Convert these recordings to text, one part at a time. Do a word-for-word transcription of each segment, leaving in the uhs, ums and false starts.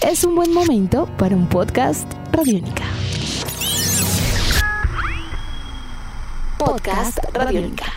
es un buen momento para un podcast Radiónica. Podcast Radiónica.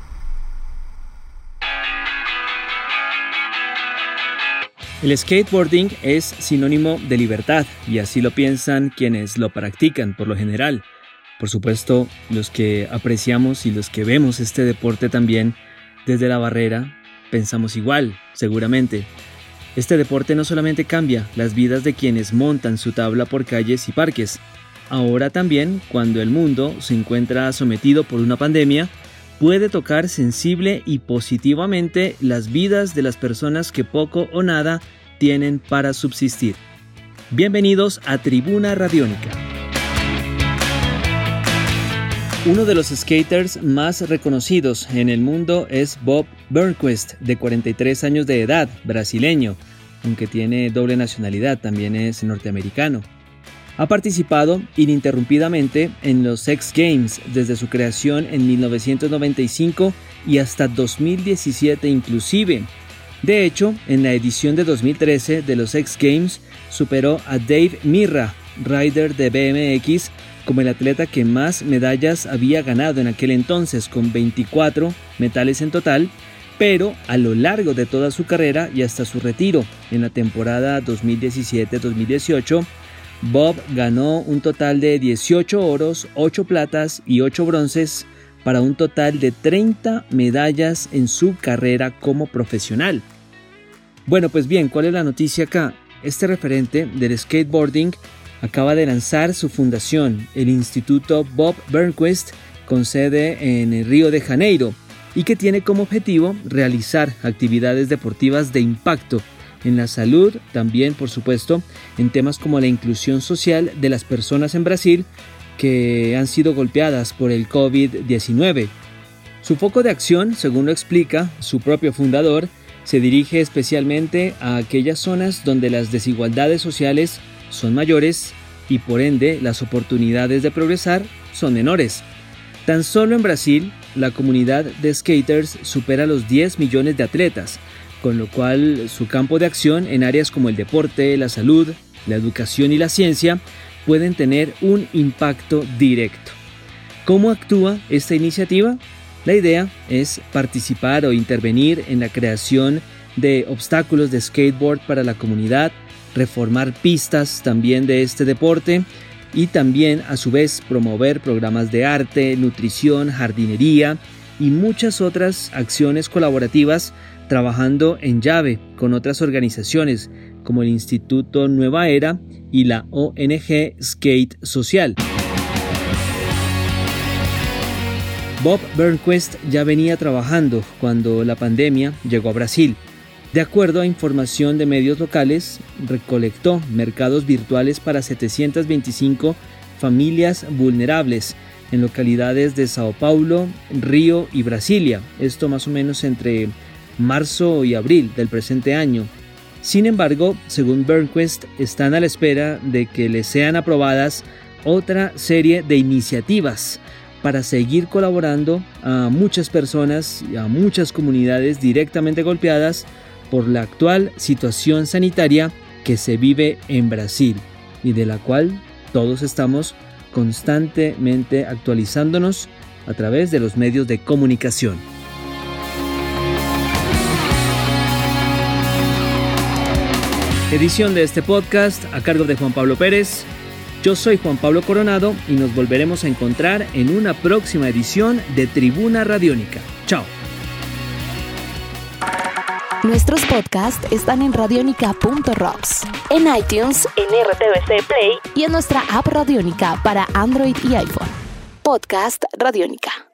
El skateboarding es sinónimo de libertad y así lo piensan quienes lo practican por lo general. Por supuesto, los que apreciamos y los que vemos este deporte también desde la barrera pensamos igual, seguramente. Este deporte no solamente cambia las vidas de quienes montan su tabla por calles y parques. Ahora también, cuando el mundo se encuentra sometido por una pandemia, puede tocar sensible y positivamente las vidas de las personas que poco o nada tienen para subsistir. Bienvenidos a Tribuna Radiónica. Uno de los skaters más reconocidos en el mundo es Bob Burnquist, de cuarenta y tres años de edad, brasileño, aunque tiene doble nacionalidad, también es norteamericano. Ha participado ininterrumpidamente en los X Games desde su creación en mil novecientos noventa y cinco y hasta dos mil diecisiete inclusive. De hecho, en la edición de dos mil trece de los X Games superó a Dave Mirra, rider de B M X, como el atleta que más medallas había ganado en aquel entonces, con veinticuatro metales en total, pero a lo largo de toda su carrera y hasta su retiro en la temporada dos mil diecisiete dos mil dieciocho, Bob ganó un total de dieciocho oros, ocho platas y ocho bronces para un total de treinta medallas en su carrera como profesional. Bueno, pues bien, ¿cuál es la noticia acá? Este referente del skateboarding acaba de lanzar su fundación, el Instituto Bob Burnquist, con sede en Río de Janeiro, y que tiene como objetivo realizar actividades deportivas de impacto en la salud, también por supuesto en temas como la inclusión social de las personas en Brasil que han sido golpeadas por el covid diecinueve. Su foco de acción, según lo explica su propio fundador, se dirige especialmente a aquellas zonas donde las desigualdades sociales son mayores y por ende las oportunidades de progresar son menores. Tan solo en Brasil, la comunidad de skaters supera los diez millones de atletas, con lo cual su campo de acción en áreas como el deporte, la salud, la educación y la ciencia pueden tener un impacto directo. ¿Cómo actúa esta iniciativa? La idea es participar o intervenir en la creación de obstáculos de skateboard para la comunidad, reformar pistas también de este deporte y también a su vez promover programas de arte, nutrición, jardinería y muchas otras acciones colaborativas trabajando en llave con otras organizaciones como el Instituto Nueva Era y la O N G Skate Social. Bob Burnquist ya venía trabajando cuando la pandemia llegó a Brasil. De acuerdo a información de medios locales, recolectó mercados virtuales para setecientas veinticinco familias vulnerables en localidades de Sao Paulo, Río y Brasilia, esto más o menos entre marzo y abril del presente año. Sin embargo, según Burnquist, están a la espera de que les sean aprobadas otra serie de iniciativas para seguir colaborando a muchas personas y a muchas comunidades directamente golpeadas por la actual situación sanitaria que se vive en Brasil y de la cual todos estamos constantemente actualizándonos a través de los medios de comunicación. Edición de este podcast a cargo de Juan Pablo Pérez. Yo soy Juan Pablo Coronado y nos volveremos a encontrar en una próxima edición de Tribuna Radiónica. Chao. Nuestros podcasts están en radionica punto rocks, en iTunes, en R T V C Play y en nuestra app Radiónica para Android y iPhone. Podcast Radiónica.